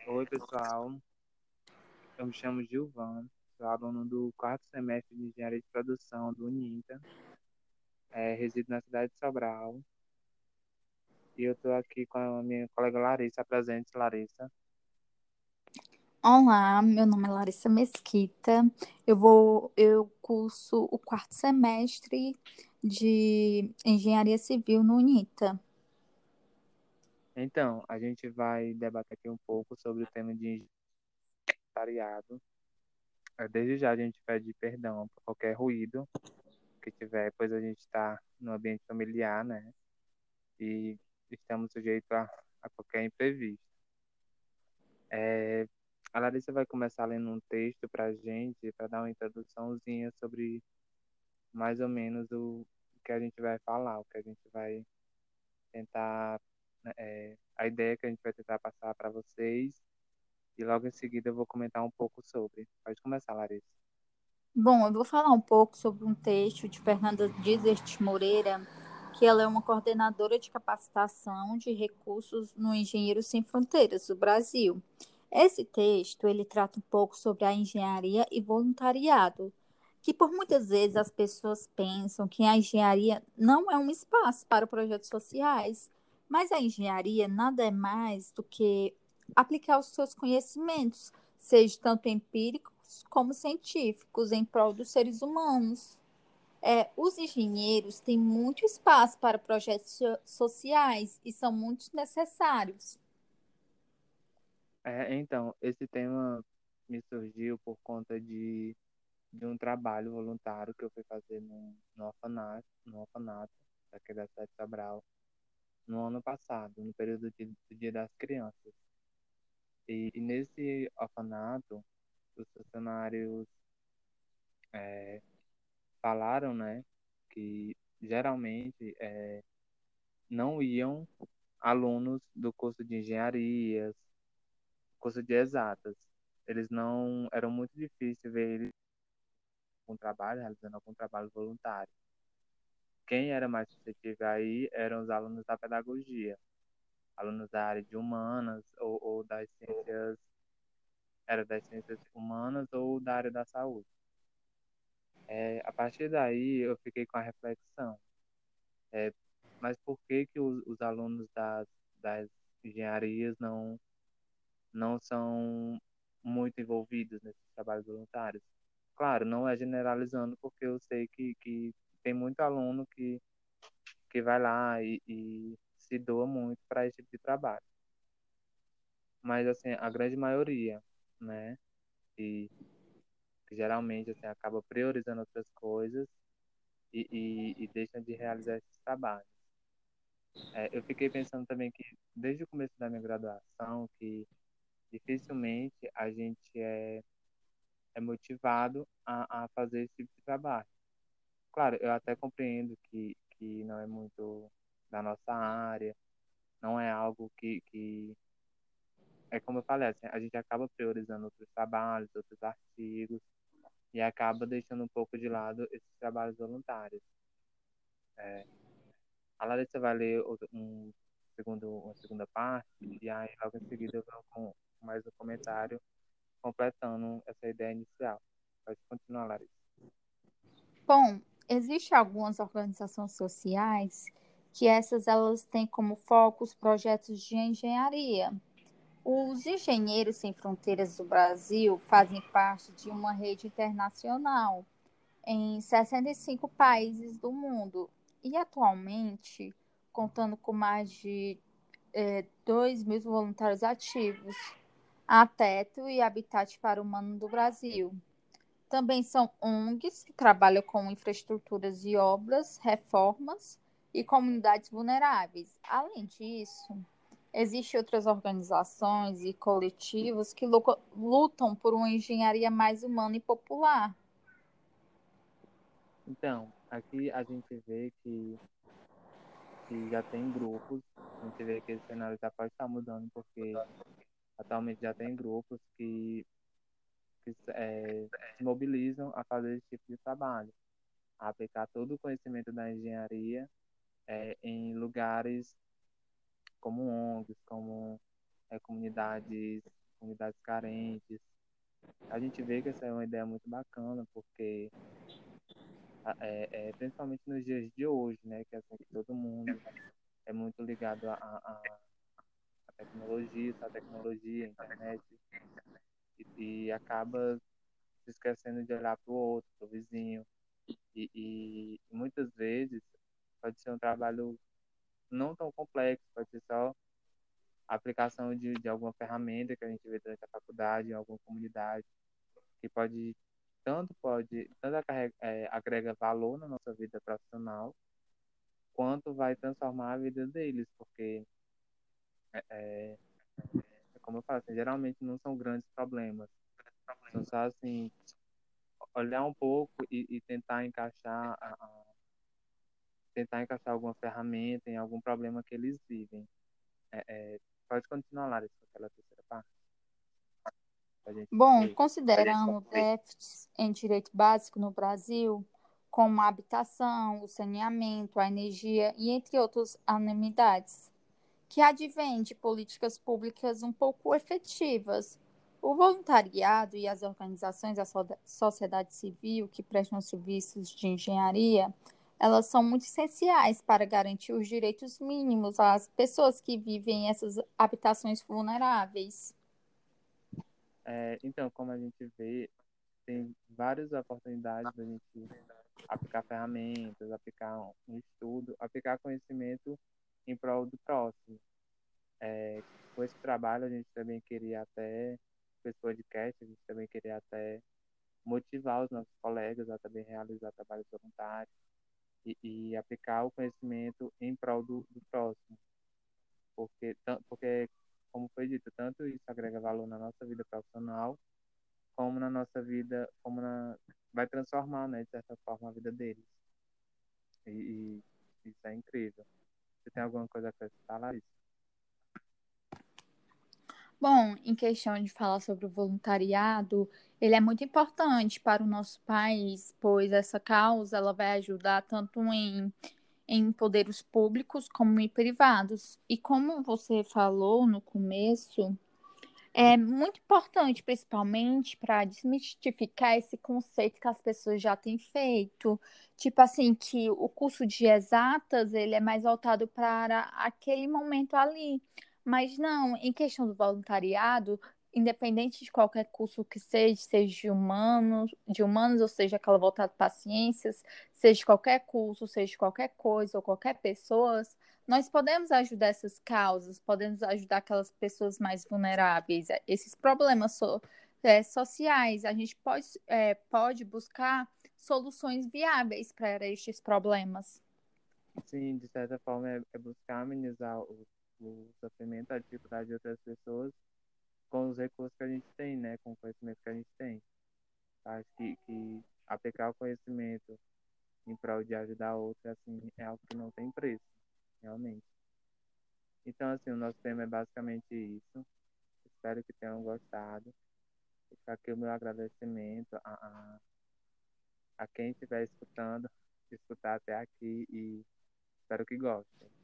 Oi, pessoal. Eu me chamo Gilvan, sou aluno do quarto semestre de Engenharia de Produção do Uninta. Resido na cidade de Sobral e eu estou aqui com a minha colega Larissa. Presente, Larissa. Olá, meu nome é Larissa Mesquita. Eu curso o quarto semestre de Engenharia Civil no UNITA. Então, a gente vai debater aqui um pouco sobre o tema de voluntariado. Desde já a gente pede perdão por qualquer ruído que tiver, pois a gente está no ambiente familiar, né? E estamos sujeitos a qualquer imprevisto. É, a Larissa vai começar lendo um texto para a gente, para dar uma introduçãozinha sobre mais ou menos o que a gente vai falar, o que a gente vai tentar, né, a ideia que a gente vai tentar passar para vocês, e logo em seguida eu vou comentar um pouco sobre. Pode começar, Larissa. Bom, eu vou falar um pouco sobre um texto de Fernanda Dizert Moreira, que ela é uma coordenadora de capacitação de recursos no Engenheiros Sem Fronteiras do Brasil. Esse texto, ele trata um pouco sobre a engenharia e voluntariado, que por muitas vezes as pessoas pensam que a engenharia não é um espaço para projetos sociais, mas a engenharia nada é mais do que aplicar os seus conhecimentos, seja tanto empíricos como científicos, em prol dos seres humanos. Os engenheiros têm muito espaço para projetos sociais e são muito necessários. Então, esse tema me surgiu por conta de um trabalho voluntário que eu fui fazer no orfanato daqui da cidade de Sobral, no ano passado, no período do Dia das Crianças. E nesse orfanato, os funcionários é, falaram, né, que geralmente não iam alunos do curso de engenharias, curso de exatas. Eles não, Era muito difícil ver eles com trabalho, realizando algum trabalho voluntário. Quem era mais suscetível aí eram os alunos da pedagogia, alunos da área de humanas ou das ciências humanas ou da área da saúde. A partir daí eu fiquei com a reflexão, é, mas por que que os alunos das engenharias não são muito envolvidos nesses trabalhos voluntários? Claro, não é generalizando, porque eu sei que tem muito aluno que vai lá e se doa muito para esse tipo de trabalho. Mas, assim, a grande maioria, né, e que geralmente, assim, acaba priorizando outras coisas e deixam de realizar esses trabalhos. Eu fiquei pensando também que, desde o começo da minha graduação, que dificilmente a gente é motivado a fazer esse tipo de trabalho. Claro, eu até compreendo que não é muito da nossa área, não é algo que é como eu falei, assim, a gente acaba priorizando outros trabalhos, outros artigos, e acaba deixando um pouco de lado esses trabalhos voluntários. É, a Larissa vai ler uma segunda parte, e aí logo em seguida eu venho com mais um comentário completando essa ideia inicial. Pode continuar, Larissa. Bom, existem algumas organizações sociais que elas têm como foco os projetos de engenharia. Os Engenheiros Sem Fronteiras do Brasil fazem parte de uma rede internacional em 65 países do mundo e atualmente contando com mais de 2 mil voluntários ativos, a Teto e Habitat para o Humano do Brasil. Também são ONGs que trabalham com infraestruturas e obras, reformas e comunidades vulneráveis. Além disso, existem outras organizações e coletivos que lutam por uma engenharia mais humana e popular. Então, aqui a gente vê que já tem grupos, a gente vê que esse cenário já pode estar mudando, porque atualmente já tem grupos que se mobilizam a fazer esse tipo de trabalho, a aplicar todo o conhecimento da engenharia em lugares como ONGs, como comunidades comunidades carentes. A gente vê que essa é uma ideia muito bacana, porque principalmente nos dias de hoje, né, que, assim, que todo mundo é muito ligado à tecnologia, só a tecnologia, a internet, e acaba se esquecendo de olhar para o outro, para o vizinho. E muitas vezes pode ser um trabalho não tão complexo, pode ser só a aplicação de alguma ferramenta que a gente vê durante a faculdade, em alguma comunidade, que tanto agrega valor na nossa vida profissional, quanto vai transformar a vida deles, porque, é, é, como eu falo, assim, geralmente não são grandes problemas, são só assim, olhar um pouco e tentar encaixar alguma ferramenta em algum problema que eles vivem. É, pode continuar, Larissa, com aquela terceira parte, para a gente Bom, concluir. considerando déficits em direito básico no Brasil, como a habitação, o saneamento, a energia e entre outras amenidades, que advém de políticas públicas um pouco efetivas. O voluntariado e as organizações da sociedade civil que prestam serviços de engenharia, elas são muito essenciais para garantir os direitos mínimos às pessoas que vivem em essas habitações vulneráveis. Então, como a gente vê, tem várias oportunidades da gente aplicar ferramentas, aplicar um estudo, aplicar conhecimento em prol do próximo. Com esse trabalho, a gente também queria até, com esse podcast, a gente também queria até motivar os nossos colegas a também realizar trabalhos voluntários e aplicar o conhecimento em prol do próximo, porque, como foi dito, tanto isso agrega valor na nossa vida profissional, como na nossa vida, vai transformar, né, de certa forma, a vida deles. E isso é incrível. Você tem alguma coisa a acrescentar, Larissa? Bom, em questão de falar sobre o voluntariado, ele é muito importante para o nosso país, pois essa causa ela vai ajudar tanto em poderes públicos como em privados. E como você falou no começo, é muito importante, principalmente para desmistificar esse conceito que as pessoas já têm feito. Tipo assim, que o curso de exatas, ele é mais voltado para aquele momento ali. Mas não, em questão do voluntariado, independente de qualquer curso que seja, seja de humanos, ou seja, aquela voltada para ciências, seja de qualquer curso, seja de qualquer coisa ou qualquer pessoa, nós podemos ajudar essas causas, podemos ajudar aquelas pessoas mais vulneráveis, esses problemas sociais. A gente pode buscar soluções viáveis para estes problemas. Sim, de certa forma, é buscar amenizar o sofrimento, a dificuldade de outras pessoas com os recursos que a gente tem, né? Com o conhecimento que a gente tem. Acho que aplicar o conhecimento em prol de ajudar outros, assim, é algo que não tem preço, realmente. Então, assim, o nosso tema é basicamente isso. Espero que tenham gostado. Fica aqui o meu agradecimento a quem estiver escutando, escutar até aqui e espero que gostem.